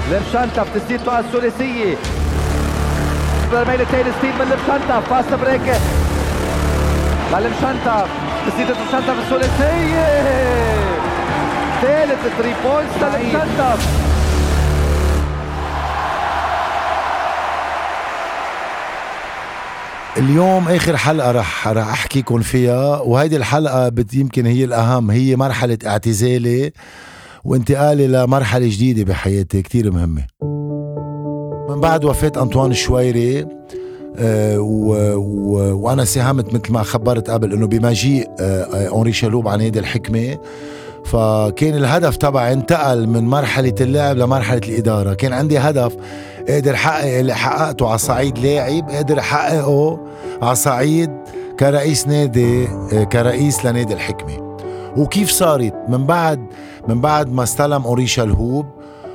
لمشنتف تسديد طاقة الثلاثية برميل التاني ستيل من لمشنتف فاست بريك لمشنتف تسديد لمشنتف الثلاثية ثالث 3 بوينتس لمشنتف. اليوم آخر حلقة رح أحكيكم فيها، وهيدي الحلقة يمكن هي الأهم، هي مرحلة اعتزالي وانتقالي لمرحلة جديدة بحياتي كتير مهمة. من بعد وفاة أنطوان الشويري وأنا ساهمت مثل ما خبرت قبل إنه بمجيء أنري شالوب عن نادي الحكمة، فكان الهدف تبعي انتقل من مرحلة اللعب لمرحلة الإدارة. كان عندي هدف قادر أحقق اللي حققته على صعيد لاعب، قادر أحققه على صعيد كرئيس نادي، كرئيس لنادي الحكمة. وكيف صارت من بعد ما استلم أنري شالوب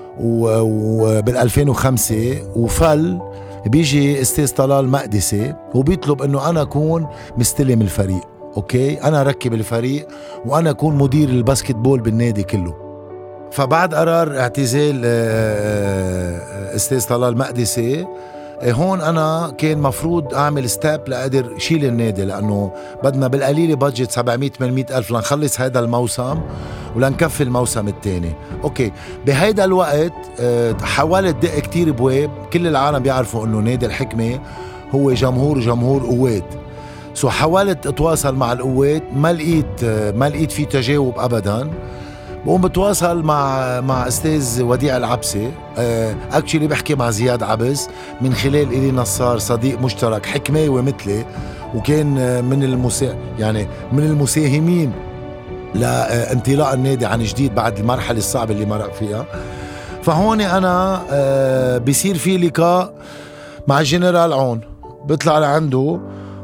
وبال2005 وفل، بيجي استاذ طلال مقدسي وبيطلب انه انا اكون مستلم الفريق. اوكي، انا ركب الفريق وانا اكون مدير الباسكتبول بالنادي كله. فبعد قرار اعتزال استاذ طلال مقدسي، هون انا كان مفروض اعمل ستاب لقدر شيل النادي، لانه بدنا بالقليله بادجت 700-800 ألف لنخلص هذا الموسم ولنكفي الموسم الثاني. اوكي، بهيدا الوقت حاولت دق كتير بواب. كل العالم بيعرفوا انه نادي الحكمة هو جمهور قوات، حاولت اتواصل مع القوات، ما لقيت في تجاوب ابدا. بقوم بتواصل مع استاذ وديع العبسي، اكشلي بحكي مع زياد عبس من خلال إلي نصار، صديق مشترك حكماوي مثلي، وكان من المساهمين لانطلاق النادي عن جديد بعد المرحلة الصعبة اللي مرق فيها. فهون انا بيصير في لقاء مع الجنرال عون، بطلع لعنده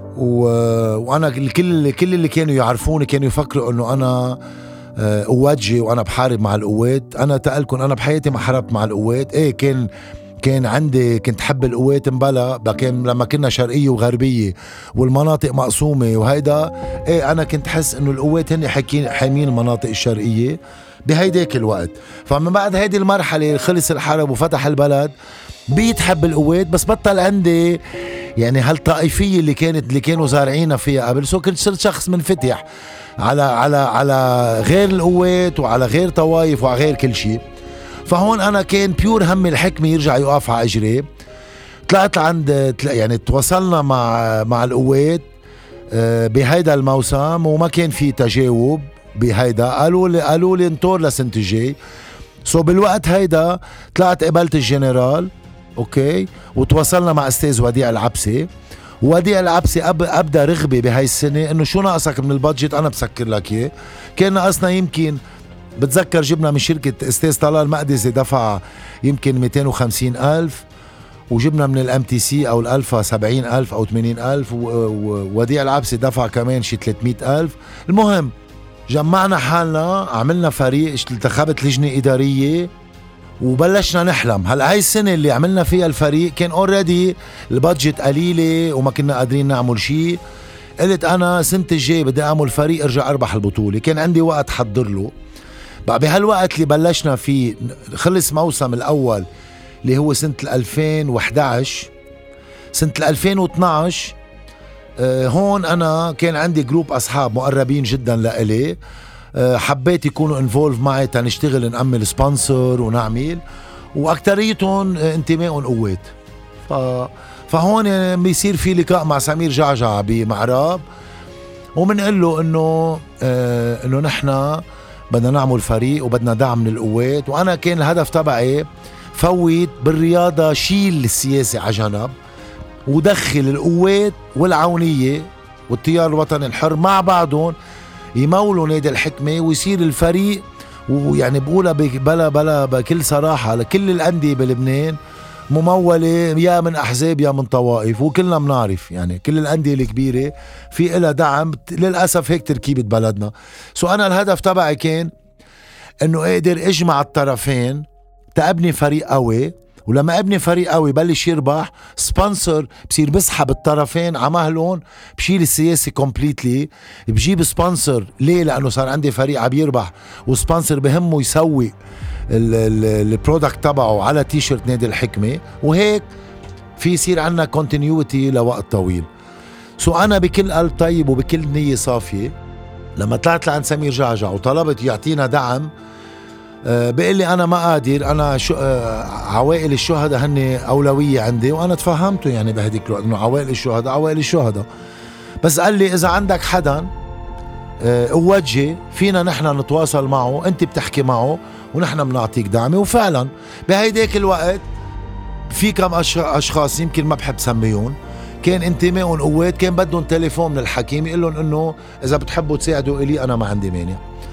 وانا كل اللي كانوا يعرفوني كانوا يفكروا انه انا قواتجي وانا بحارب مع القوات. انا تقلكن انا بحياتي ما حاربت مع القوات. ايه كان عندي، كنت حب القوات مبلا، كان لما كنا شرقية وغربية والمناطق مقسومة وهيدا، ايه انا كنت حس انه القوات هن حامين المناطق الشرقية بهيداك الوقت. فمن بعد هيدي المرحلة خلص الحرب وفتح البلد، بيتحب القوات، بس بطل عندي يعني هالطائفية اللي كانوا زارعينها فيها قبل. كنت صرت شخص منفتح على غير القوات وعلى غير طوائف وعلى غير كل شيء. فهون انا كان بيور هم الحكمة يرجع يقف على اجري. طلعت عند يعني تواصلنا مع القوات بهيدا الموسم وما كان في تجاوب بهيدا. قالوا لي انطر لسنة الجاي. بالوقت هيدا طلعت قابلت الجنرال، اوكي، وتواصلنا مع استاذ وديع العبسي. وديع العبسي ابدا رغبه بهاي السنه انه شو ناقصك من البادجت انا بسكر لك اياه. كان ناقصنا يمكن، بتذكر جبنا من شركه استاذ طلال مقدسي دفع يمكن 250 ألف، وجبنا من الام تي سي او الالفا 70 ألف او 80 ألف، ووديع العبسي دفع كمان شي 300 ألف. المهم جمعنا حالنا، عملنا فريق، انتخبت لجنه اداريه وبلشنا نحلم. هلا هاي السنة اللي عملنا فيها الفريق كان اوريدي البادجت قليلة وما كنا قادرين نعمل شيء. قلت انا سنة الجاي بدي اعمل فريق ارجع اربح البطولة. كان عندي وقت حضر له. بقى بهالوقت اللي بلشنا فيه خلص موسم الاول اللي هو سنة 2011. سنة 2012 هون انا كان عندي جروب اصحاب مقربين جدا لإلي، حبيت يكونوا انفولف معي تنشتغل نعمل سبونسر ونعمل، واكتريتهم انتمائهم قوات. فهون بيصير في لقاء مع سمير جعجع بمعراب، ومنقول له انه نحن بدنا نعمل فريق وبدنا دعم من القوات. وانا كان الهدف تبعي فوت بالرياضة، شيل السياسة على جنب ودخل القوات والعونية والتيار الوطني الحر مع بعضهم يمولوا نادي الحكمة ويصير الفريق. ويعني بقولها بلا بكل صراحة لكل الأندية بلبنان ممولة يا من أحزاب يا من طوائف، وكلنا منعرف يعني كل الأندية الكبيرة في إلها دعم. للأسف هيك تركيبة بلدنا. أنا الهدف تبعي كان إنه أقدر أجمع الطرفين تأبني فريق قوي ولما ابني فريق قوي بلش يربح، سبونسر بصير بسحب الطرفين عمهلون، بشيل السياسي كومبليتلي، بجيب سبونسر. ليه؟ لأنه صار عندي فريق عم يربح، وسبونسر بهمه يسوي البرودكت تبعه على تيشيرت نادي الحكمة، وهيك في يصير عنا كونتينيوتي لوقت طويل. أنا بكل قلب طيب وبكل نية صافية لما طلعت لعند سمير جعجع وطلبت يعطينا دعم، بيقول لي أنا ما قادر، أنا عوائل الشهداء هن أولوية عندي، وأنا تفهمته يعني بهديك الوقت إنه عوائل الشهداء. بس قال لي إذا عندك حدا وجه فينا نحن نتواصل معه، أنت بتحكي معه ونحن بنعطيك دعمه. وفعلا بهيديك الوقت في كم أشخاص يمكن ما بحب سميون كان انتمائهم قوات، كان بدهم تليفون من الحكيم يقول لهم إنه إذا بتحبوا تساعدوا إلي أنا ما عندي مانع.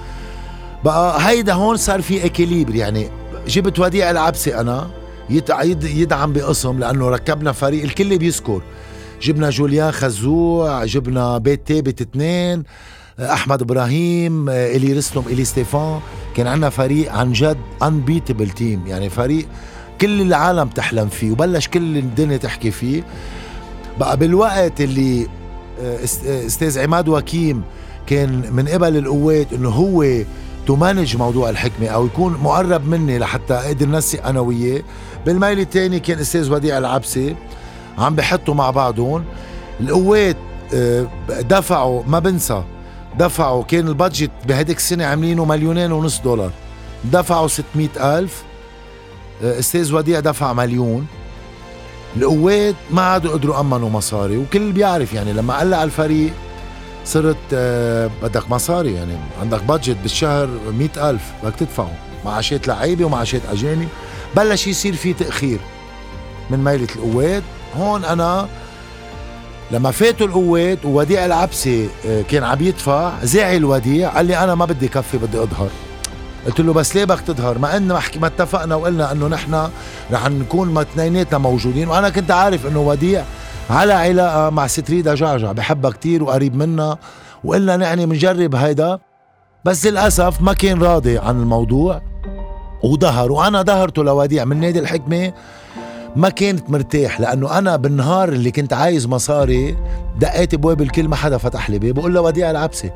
بقى هيدا هون صار في اكيليبر. يعني جبت وديع العبسي أنا يدعم بقسم، لأنه ركبنا فريق الكل بيذكر، جبنا جوليان خزوع، جبنا بيت ثابت 2، أحمد إبراهيم، إلي رسلم، إلي ستيفان. كان عنا فريق عن جد unbeatable team، يعني فريق كل العالم تحلم فيه وبلش كل الدنيا تحكي فيه. بقى بالوقت اللي استاذ عماد وكيم كان من قبل القوات انه هو تمانج موضوع الحكمة او يكون مقرب مني لحتى اقدر نسق انا وياه، بالميل الثاني كان استاذ وديع العبسي عم بحطوا مع بعضهم. القوات دفعوا، ما بنسى، دفعوا، كان البادجت بهديك السنة عاملينه $2.5 مليون، دفعوا 600,000، استاذ وديع دفع 1,000,000. القوات ما عادوا قدروا أمنوا مصاري، وكل بيعرف يعني لما قلع الفريق صرت بدك مصاري، يعني عندك بادجت بالشهر 100,000 بدك تدفعه، معاشات لعيبة ومعاشات أجانب، بلش يصير في تأخير من ميلة القوات. هون أنا لما فاتوا القوات ووديع العبسي كان عم يدفع، زعل وديع، قال لي أنا ما بدي كفي، بدي أظهر. قلت له بس ليه بدك تظهر؟ مع إن ما اتفقنا وقلنا إنه نحن رح نكون اثنيناتنا موجودين، وأنا كنت عارف إنه وديع على علاقة مع ستريدا جعجع، بحبها كتير وقريب منها، وقلنا يعني منجرب هيدا. بس للأسف ما كان راضي عن الموضوع وظهر، وأنا ظهرته لوديع من نادي الحكمة. ما كنت مرتاح، لأنه أنا بالنهار اللي كنت عايز مصاري دقيت بواب الكل، ما حدا فتح لي باب، بقول له وديع العبسي،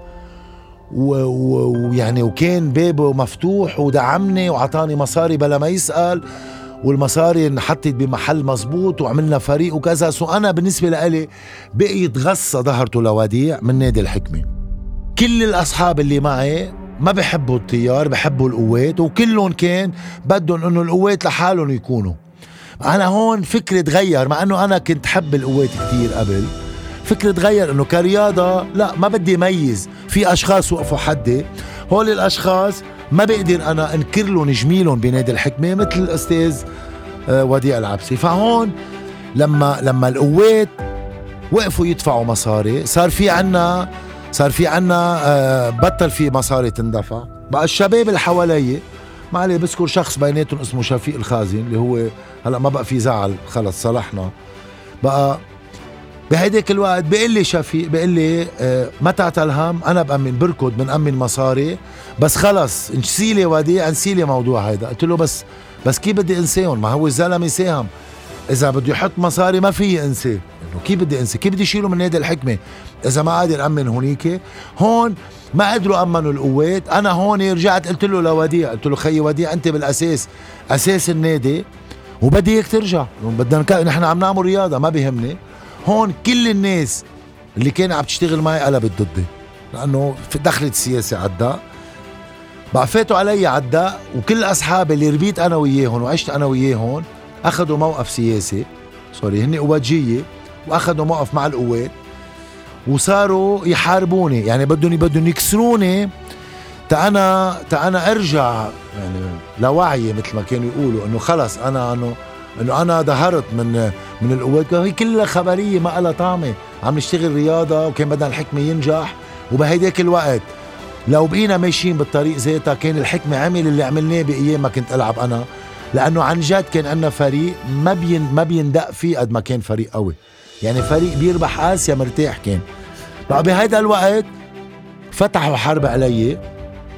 ويعني وكان بابه مفتوح ودعمني وعطاني مصاري بلا ما يسأل، والمصاري انحطت بمحل مزبوط وعملنا فريق وكذا. أنا بالنسبة لي بقي يتغصى ظهرته لوديع من نادي الحكمة. كل الأصحاب اللي معي ما بحبوا التيار، بحبوا القوات، وكلهم كان بدهم انه القوات لحالهم يكونوا. أنا هون فكري تغير، مع أنه أنا كنت حب القوات كتير قبل، فكري تغير أنه كرياضة لا، ما بدي ميز. في أشخاص وقفوا حدي، هول الأشخاص ما بقدر أنا أنكر لهم جميلهم بنادي الحكمة مثل الأستاذ وديع العبسي. فهون لما القوات وقفوا يدفعوا مصاري، صار في عنا بطل في مصاري تندفع. بقى الشباب اللي حوالي، ما عليه بذكر شخص بيناتهم اسمه شفيق الخازن، اللي هو هلا ما بقى في زعل، خلص صلحنا. بقى بهيديك الوقت بيقول لي شفيق، بيقول لي ما تعتل هم، انا بأمن بركض بنأمن مصاري، بس خلص نسيلي وديع، نسيلي موضوع هيدا. قلت له بس كيف بدي انساهم؟ ما هو الزلمه ساهم، اذا بده يحط مصاري ما في انساه، انه كيف بدي انسى؟ كيف بدي اشيله من نادي الحكمه اذا ما قادر امن هونيك؟ هون ما قدروا امنوا القوات. انا هون رجعت قلت له لوديع، قلت له خيي وديع، انت بالاساس اساس النادي وبدي اياك ترجع، بدنا نحن عم نعمل رياضه، ما بيهمني. هون كل الناس اللي كانوا عم تشتغل معي قلبت ضدي، لانه دخلت السياسه عالداء. بقى فاتوا علي عالداء، وكل اصحابي اللي ربيت انا وياهم وعشت انا وياهم اخذوا موقف سياسي، هن قواتجيه، واخذوا موقف مع القوات، وصاروا يحاربوني، يعني بدهم يكسروني تا انا ارجع يعني لوعي، مثل ما كانوا يقولوا انه خلص انه انا ظهرت من القوات. هي كلها خبريه ما لها طعمه، عم نشتغل رياضه وكان بدنا الحكمه ينجح. وبهيداك الوقت لو بقينا ماشيين بالطريق ذاتها كان الحكمه عمل اللي عملناه بايام ما كنت العب انا، لانه عن جد كان عندنا فريق ما بيندق فيه قد ما كان فريق قوي، يعني فريق بيربح آسيا مرتاح كان. بقى بهيدا الوقت فتحوا حرب علي،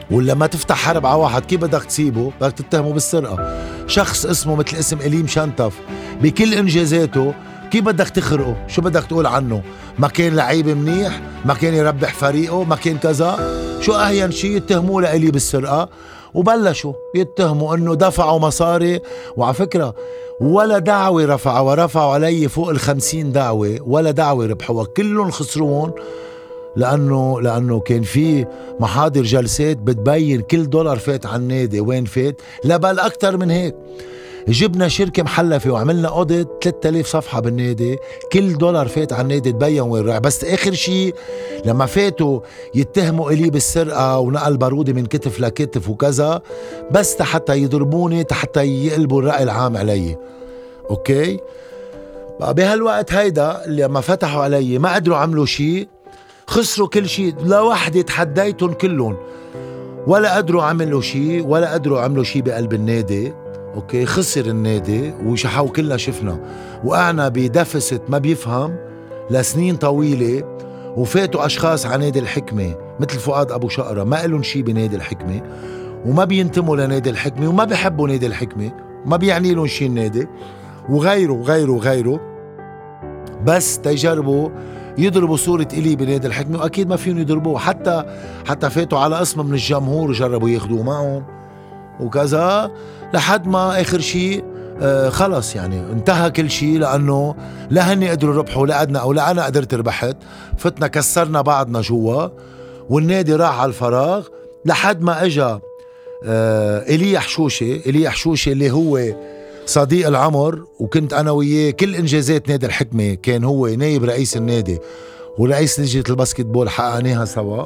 ولا ما تفتح حرب على واحد كيف بدك تسيبه؟ بدك تتهمه بالسرقة. شخص اسمه مثل اسم إليم شنطف بكل إنجازاته كيف بدك تخرقه؟ شو بدك تقول عنه؟ ما كان لعيب منيح؟ ما كان يربح فريقه؟ ما كان كذا؟ شو أهين شيء يتهموه لإلي بالسرقة؟ وبلشوا يتهموا انه دفعوا مصاري. وعلى فكرة ولا دعوة ورفعوا علي فوق 50 دعوة، ولا دعوة ربحوا، كلهم خسرون لأنه كان في محاضر جلسات بتبين كل دولار فات على النادي وين فات. لا بل أكتر من هيك، جبنا شركة محلفة وعملنا أوديت 3000 صفحة بالنادي، كل دولار فات على النادي تبين وين راح. بس آخر شيء لما فاتوا يتهموا إلي بالسرقة ونقل بارودة من كتف لكتف وكذا، بس حتى يضربوني حتى يقلبوا الرأي العام علي. أوكي، بهالوقت هيدا لما فتحوا علي ما قدروا عملوا شيء، خسروا كل شيء. لوحدي تحديتهم كلهم، ولا قدروا عملوا شيء بقلب النادي. اوكي، خسر النادي وشحوا كلنا شفنا، وقعنا بدفست ما بيفهم لسنين طويلة. وفاتوا اشخاص على نادي الحكمة مثل فؤاد ابو شقرة ما قالن شيء بنادي الحكمة، وما بينتموا لنادي الحكمة، وما بيحبوا نادي الحكمة، ما بيعني لهم شيء النادي، وغيره بس تجربوا يضربوا صورة إلي بنادي الحكمة، وأكيد ما فيهم يضربوه. حتى فاتوا على اسم من الجمهور وجربوا ياخدوه معهم وكذا، لحد ما آخر شيء خلص يعني انتهى كل شيء، لأنه لا هني قدروا ربحوا لا أدنى أو لا أنا قدرت ربحت. فتنا كسرنا بعضنا جوا، والنادي راح على الفراغ لحد ما اجا إلي حشوشة اللي هو صديق العمر، وكنت أنا وياه كل إنجازات نادي الحكمة كان هو نائب رئيس النادي ورئيس لجنة الباسكتبول، حققناها سوا.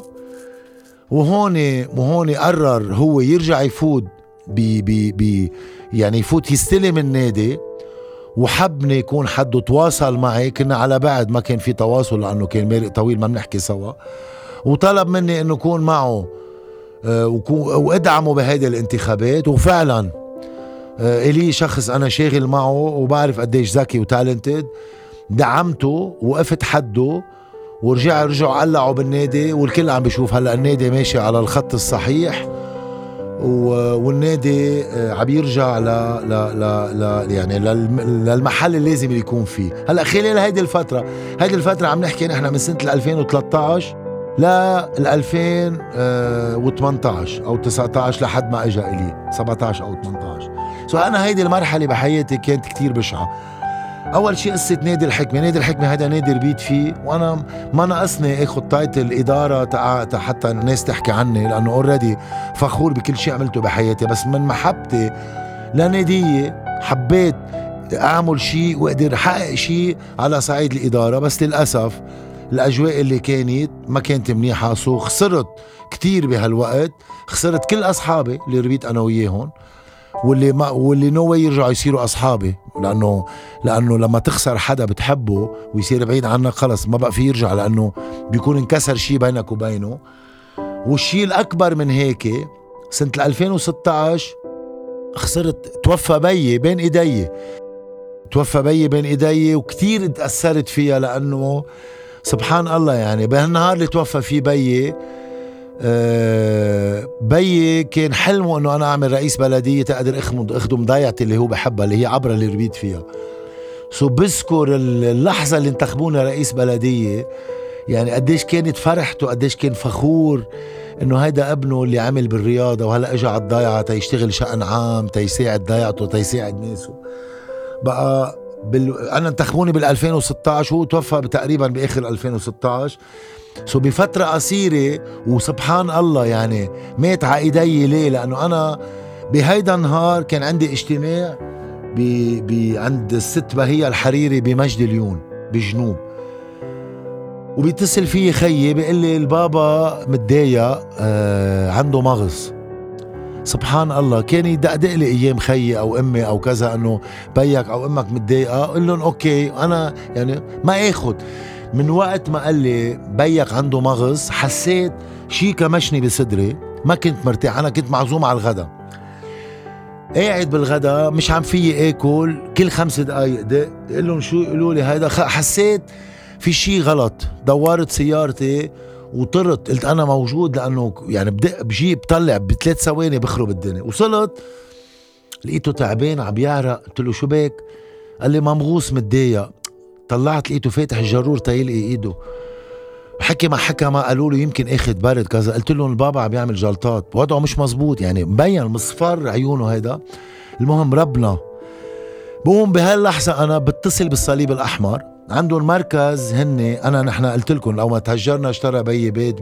وهون قرر هو يرجع يفوت يعني يفوت يستلم النادي، وحبني يكون حده تواصل معي. كنا على بعد ما كان في تواصل لأنه كان مارق طويل ما بنحكي سوا، وطلب مني انه اكون معه وادعمه بهيدي الانتخابات. وفعلا إلي شخص انا شاغل معه وبعرف قديش ذكي وتالنتد، دعمته وقفت حده، رجعوا قلعوا بالنادي، والكل عم بيشوف هلا النادي ماشي على الخط الصحيح، والنادي عم يرجع يعني للمحل اللي لازم يكون فيه. هلا خلال هيدي الفترة عم نحكي نحن من سنة 2013 ل 2018 او 19 لحد ما اجى إلي 17 او 18. انا هيدي المرحلة بحياتي كانت كتير بشعة. اول شيء قصة نادي الحكمة هذا نادي ربيت فيه، وانا ما ناقصني اخذ تايتل ادارة حتى الناس تحكي عني، لانه اوريدي فخور بكل شيء عملته بحياتي. بس من محبتي لنادية حبيت اعمل شيء واقدر احقق شيء على صعيد الادارة. بس للاسف الاجواء اللي كانت ما كانت منيحة، خسرت كتير بهالوقت، خسرت كل اصحابي اللي ربيت انا وياهم، واللي نو يرجعوا يصيروا اصحابي، لانه لما تخسر حدا بتحبه ويصير بعيد عنك خلص ما بقى في يرجع، لانه بيكون انكسر شيء بينك وبينه. والشيء الاكبر من هيك سنة 2016 خسرت، توفى بيي بين ايدي وكتير تأثرت فيها، لانه سبحان الله يعني بهالنهار اللي توفى فيه بيي كان حلمه انه انا اعمل رئيس بلدية تقدر اخدم ضيعتي اللي هو بحبها، اللي هي عبرة اللي ربيت فيها. بذكر اللحظة اللي انتخبونا رئيس بلدية، يعني قديش كانت فرحته، قديش كان فخور انه هيدا ابنه اللي عمل بالرياضة وهلا اجى على الضيعة تيشتغل شأن عام، تيساعد ضيعته، تيساعد ناسه. بقى انا انتخبوني بال 2016 وهو توفى تقريبا باخر 2016. بفترة قصيرة، وسبحان الله يعني مات على ايدي. ليه؟ لانه انا بهيدا النهار كان عندي اجتماع عند الست بهية الحريري بمجد اليون بجنوب، وبيتصل فيه خيي بيقول لي البابا متضايق عنده مغص. سبحان الله كان يدقدق لي ايام خيي او امي او كذا انه بيك او امك متضايقه، اقول لهم اوكي. انا يعني ما اخذ من وقت ما قال لي بيك عنده مغص، حسيت شي كمشني بصدري، ما كنت مرتاح. انا كنت معزوم على الغدا، قاعد بالغدا مش عم فيي اكل، كل 5 دقايق دق اقول لهم شو، يقولوا لي هيدا. حسيت في شي غلط، دورت سيارتي وطرت قلت انا موجود، لانه يعني بدق بجيب طلع ب3 ثواني بخرب الدنيا. وصلت لقيته تعبان عم يعرق، قلت له شو بك؟ قال لي ممغوص متضايق. طلعت لقيته فاتح الجرور تيلقي ايده، حكي مع حكمة قالوا له يمكن اخذ برد كذا. قلت لهم البابا عم يعمل جلطات، وضعه مش مزبوط يعني مبين مصفر عيونه هيدا. المهم ربنا بقوم بهاللحظة انا بتصل بالصليب الاحمر، عندهم مركز نحن قلت لكم لو ما تهجرنا اشترى بيي بيت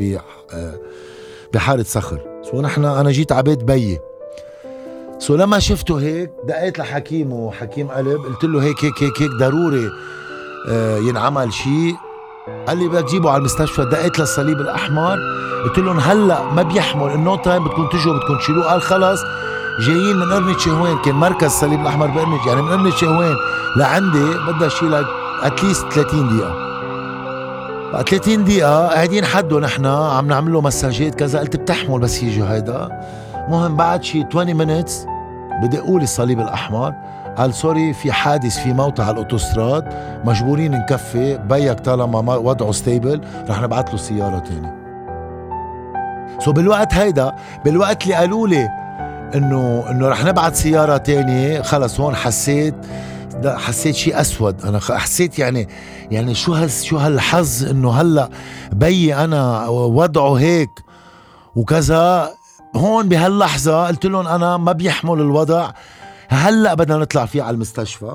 بحارة صخر. انا جيت على بيت بيي. لما شفته هيك دقيت لحكيم وحكيم قلب، قلت له هيك هيك هيك هيك ضروري ينعمل شيء. قال لي بدك تجيبه على المستشفى. دقيت للصليب الاحمر قلت لهم هلا ما بيحمل النو تايم، بدكم تجوا بدكم تشيلوه. قال خلص جايين من قرنة شهوين، كان مركز الصليب الاحمر بقرنة، يعني من قرنة شهوين لعندي بدها شيلك اتليست 30 دقيقة. 30 دقيقة قاعدين حده نحن عم نعمل له مساجات كذا. قلت بتحمل بس يجوا هيدا. مهم بعد شي 20 minutes بدقولي الصليب الاحمر، قال سوري في حادث، في موتى على الاوتوستراد، مجبورين نكفي بيك طالما وضعه ستيبل، رح نبعث له سيارة تاني. بالوقت هيدا، بالوقت اللي قالوا لي انه رح نبعث سيارة تانية، خلص هون حسيت شيء اسود. انا حسيت يعني شو هالحظ انه هلا بيي انا وضعه هيك وكذا. هون بهاللحظة قلت لهم انا ما بيحمل الوضع، هلأ بدنا نطلع فيه على المستشفى.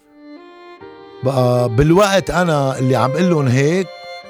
بقى بالوقت انا اللي عم قلن هيك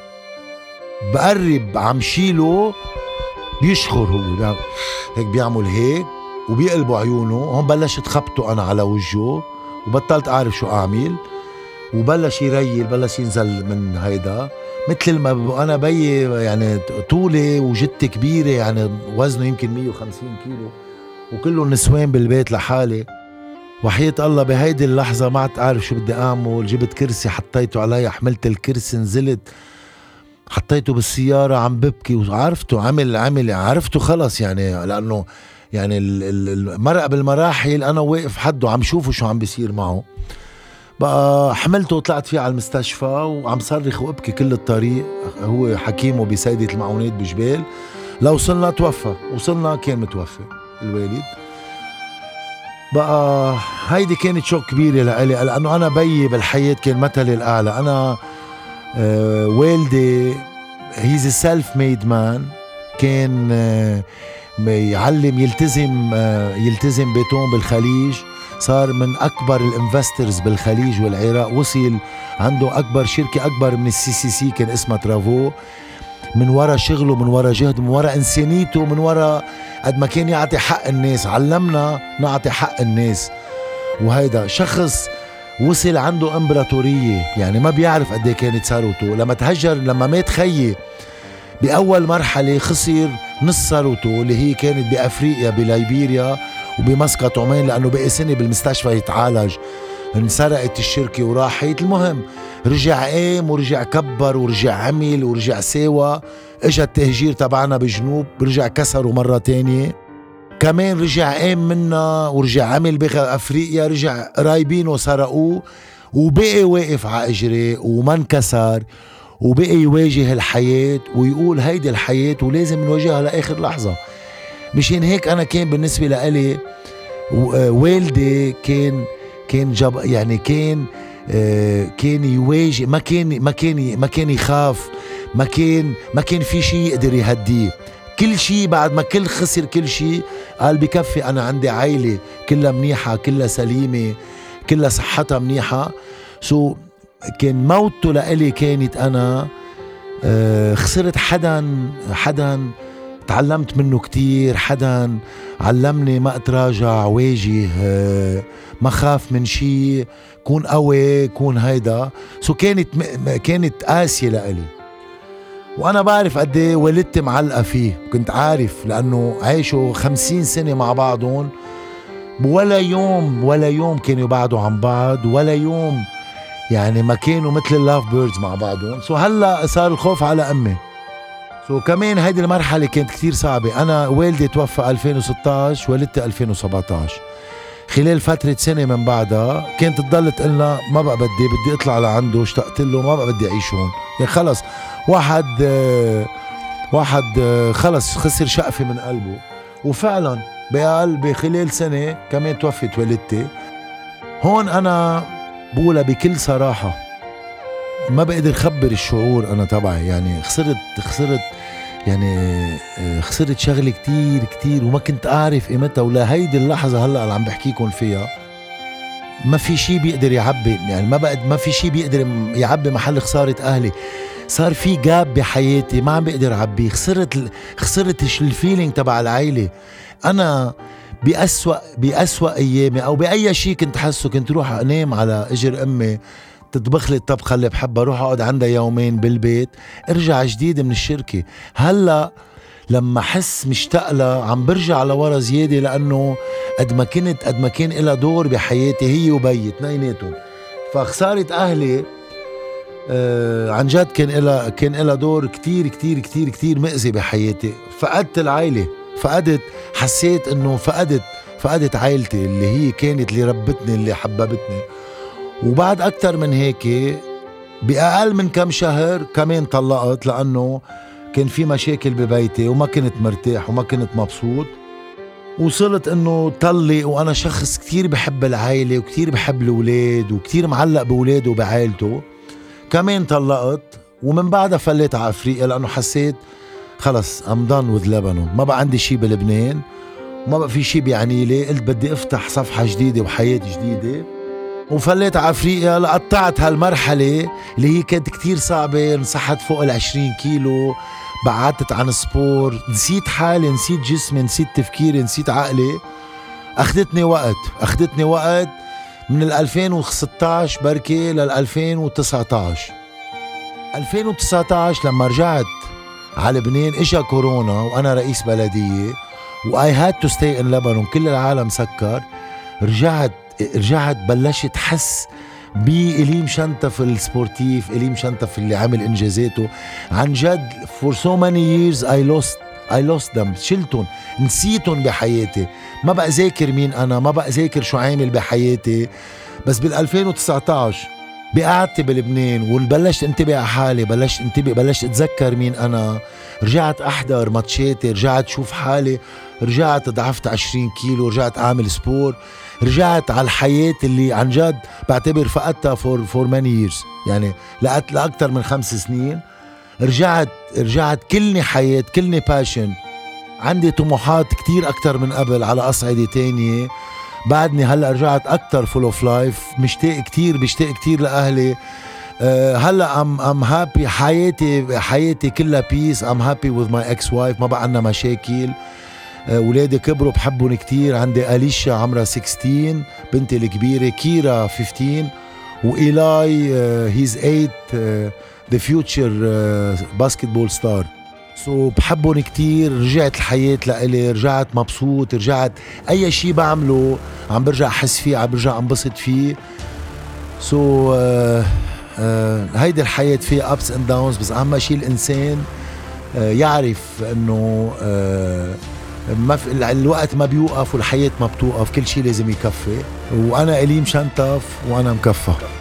بقرب عم شيله، بيشخر هو هيك بيعمل هيك وبيقلبوا عيونه. هون بلشت خبطه انا على وجهه وبطلت اعرف شو اعمل، وبلش يريل، بلش ينزل من هيدا. مثل ما انا بيي يعني طولي وجدتي كبيرة، يعني وزنه يمكن 150 كيلو، وكله نسوان بالبيت لحالي. وحياة الله بهيدي اللحظة ما عاد أعرف شو بدي أعمل. جبت كرسي حطيته علي، حملت الكرسي نزلت حطيته بالسيارة عم ببكي. وعرفته عرفته خلص، يعني لأنه يعني المرق بالمراحل أنا واقف حده عم شوفه شو عم بيصير معه. بقى حملته وطلعت فيه على المستشفى وعم صرخ وابكي كل الطريق. هو حكيمه بسيدة المعونات بجبال. لو وصلنا توفى، وصلنا كان متوفى الوالد. بقى هيدي كانت شوك كبيرة لإلي، لأنه أنا بيي بالحياة كان مثلي الأعلى. أنا والدي he's a self-made man، كان يعلم يلتزم بيتون بالخليج، صار من أكبر الانفسترز بالخليج والعراق، وصل عنده أكبر شركة أكبر من الCCC كان اسمها ترافو. من ورا شغله، من ورا جهده، من ورا إنسانيته، من ورا قد ما كان يعطي حق الناس، علمنا نعطي حق الناس. وهيدا شخص وصل عنده امبراطورية، يعني ما بيعرف قد ايه كانت ثروته. لما تهجر، لما مات خيي بأول مرحلة خسر نص ثروته اللي هي كانت بأفريقيا بلايبيريا وبمسقط عمان، لأنه بقي سنة بالمستشفى يتعالج. انسرقت الشركة وراحت. المهم رجع قام ورجع كبر ورجع عمل ورجع ساوى. اجا التهجير تبعنا بجنوب، رجع كسره مرة تانية كمان، رجع قام منا ورجع عمل بأفريقيا، رجع قرايبينه سرقوه وبقي واقف على اجري وما انكسر، وبقي يواجه الحياة ويقول هيدي الحياة ولازم نواجهها لآخر لحظة. مشان هيك أنا كان بالنسبة لإلي والدي كان يعني كان يواجه، ما كان يخاف، ما كان في شيء يقدر يهديه. كل شيء بعد ما كل خسر كل شيء قال بكفي، أنا عندي عائلة كلها منيحة، كلها سليمة، كلها صحتها منيحة. كان موته لإلي كانت أنا خسرت حدا تعلمت منه كتير، حدا علمني ما اتراجع، واجه، ما خاف من شيء، كون قوي، كون هيدا. كانت قاسية لإلي، وانا بعرف قد ايه والدتي معلقة فيه. كنت عارف لانه عايشوا 50 سنة مع بعضهم، ولا يوم كانوا يبعدوا عن بعض، ولا يوم يعني ما كانوا مثل اللاف بيردز مع بعضهم. هلا صار الخوف على امي. كمان هيدي المرحلة كانت كتير صعبة. أنا والدي توفى 2016، والدتي 2017. خلال فترة سنة من بعدها كانت تضل تقلنا ما بقى بدي أطلع لعنده، اشتقت له، ما بقى بدي أعيش هون، يعني خلص واحد خلص خسر شقفة من قلبه، وفعلا بخلال سنة كمان توفت والدتي. هون أنا بقولها بكل صراحة، ما بقدر خبر الشعور أنا تبعي. يعني خسرت شغلة كتير كتير وما كنت أعرف قيمتها، ولا هيدي اللحظة هلأ اللي عم بحكيكم فيها ما في شي بيقدر يعبي، يعني ما في شي بيقدر يعبي محل خسارة أهلي. صار في جاب بحياتي ما عم بقدر أعبيه. خسرت الفيلينج تبع العيلة. أنا بأسوأ أيامي أو بأي شي كنت حسه، كنت روح أنام على إجر أمي تطبخ لي الطبخة اللي بحبها، روح أقعد عندها يومين بالبيت، ارجع جديد من الشركة. هلأ لما حس مشتاق لها عم برجع لورا زيادة، لأنه قد ما كان إلها دور بحياتي هي وبي اثنيناتهم. فخسارة أهلي عن جد كان إلها دور كتير كتير كتير كتير مأذي بحياتي. فقدت العائلة، حسيت إنه فقدت عائلتي اللي هي كانت اللي ربتني اللي حببتني. وبعد أكتر من هيك بأقل من كم شهر كمان طلقت، لأنه كان في مشاكل ببيتي وما كنت مرتاح وما كنت مبسوط. وصلت انه طلق، وانا شخص كتير بحب العائلة وكتير بحب الولاد وكتير معلق بولاده وبعائلته. كمان طلقت، ومن بعدها فليت على افريقيا لانه حسيت خلص I'm done with Lebanon. ما بقى عندي شي بلبنان، ما بقى في شي بيعني لي. قلت بدي افتح صفحة جديدة وحياة جديدة، وفليت على افريقيا. لقطعت هالمرحلة اللي هي كانت كتير صعبة. انصحت فوق 20 كيلو، بعدت عن سبور، نسيت حالي، نسيت جسمي، نسيت تفكيري، نسيت عقلي. أخدتني وقت من 2016 بركي لل 2019 لما رجعت على لبنان اجا كورونا وانا رئيس بلدية و I had to stay in Lebanon. كل العالم سكر. رجعت بلشت حس بإليم شنطف السبورتيف، إليم شنطف اللي عمل إنجازاته عن جد. for so many years I lost them. شلتهم، نسيتهم بحياتي. ما بقى ذاكر مين أنا، ما بقى ذاكر شو عامل بحياتي. بس بال2019 بقعدتي بلبنان وبلشت انتبه على حالي، بلشت اتذكر مين أنا. رجعت أحضر ماتشاتي، رجعت شوف حالي، رجعت ضعفت 20 كيلو، رجعت أعمل سبور، رجعت على الحياة اللي عن جد بعتبر فقدتها for many years. يعني لأكتر من 5 سنين رجعت كلني حياة، كلني باشن. عندي طموحات كتير أكتر من قبل على أصعدة تانية. بعدني هلأ رجعت أكتر full of life، بشتاق كتير لأهلي. هلأ I'm happy. حياتي كلها peace. I'm happy with my ex-wife. ما بقى عنا مشاكل. ولادي كبروا بحبهم كتير. عندي أليشا عمرها 16 بنتي الكبيرة، كيرا 15، وإيلاي he's 8 the future basketball star. بحبهم كتير. رجعت الحياة لإلي، رجعت مبسوط، رجعت أي شي بعمله عم برجع أحس فيه، عم برجع أنبسط فيه. هيدي الحياة فيها ups and downs، بس أهم شي الإنسان يعرف إنه الوقت ما بيوقف والحياة ما بتوقف، كل شي لازم يكفي. وأنا إليم شنطف وأنا مكفى.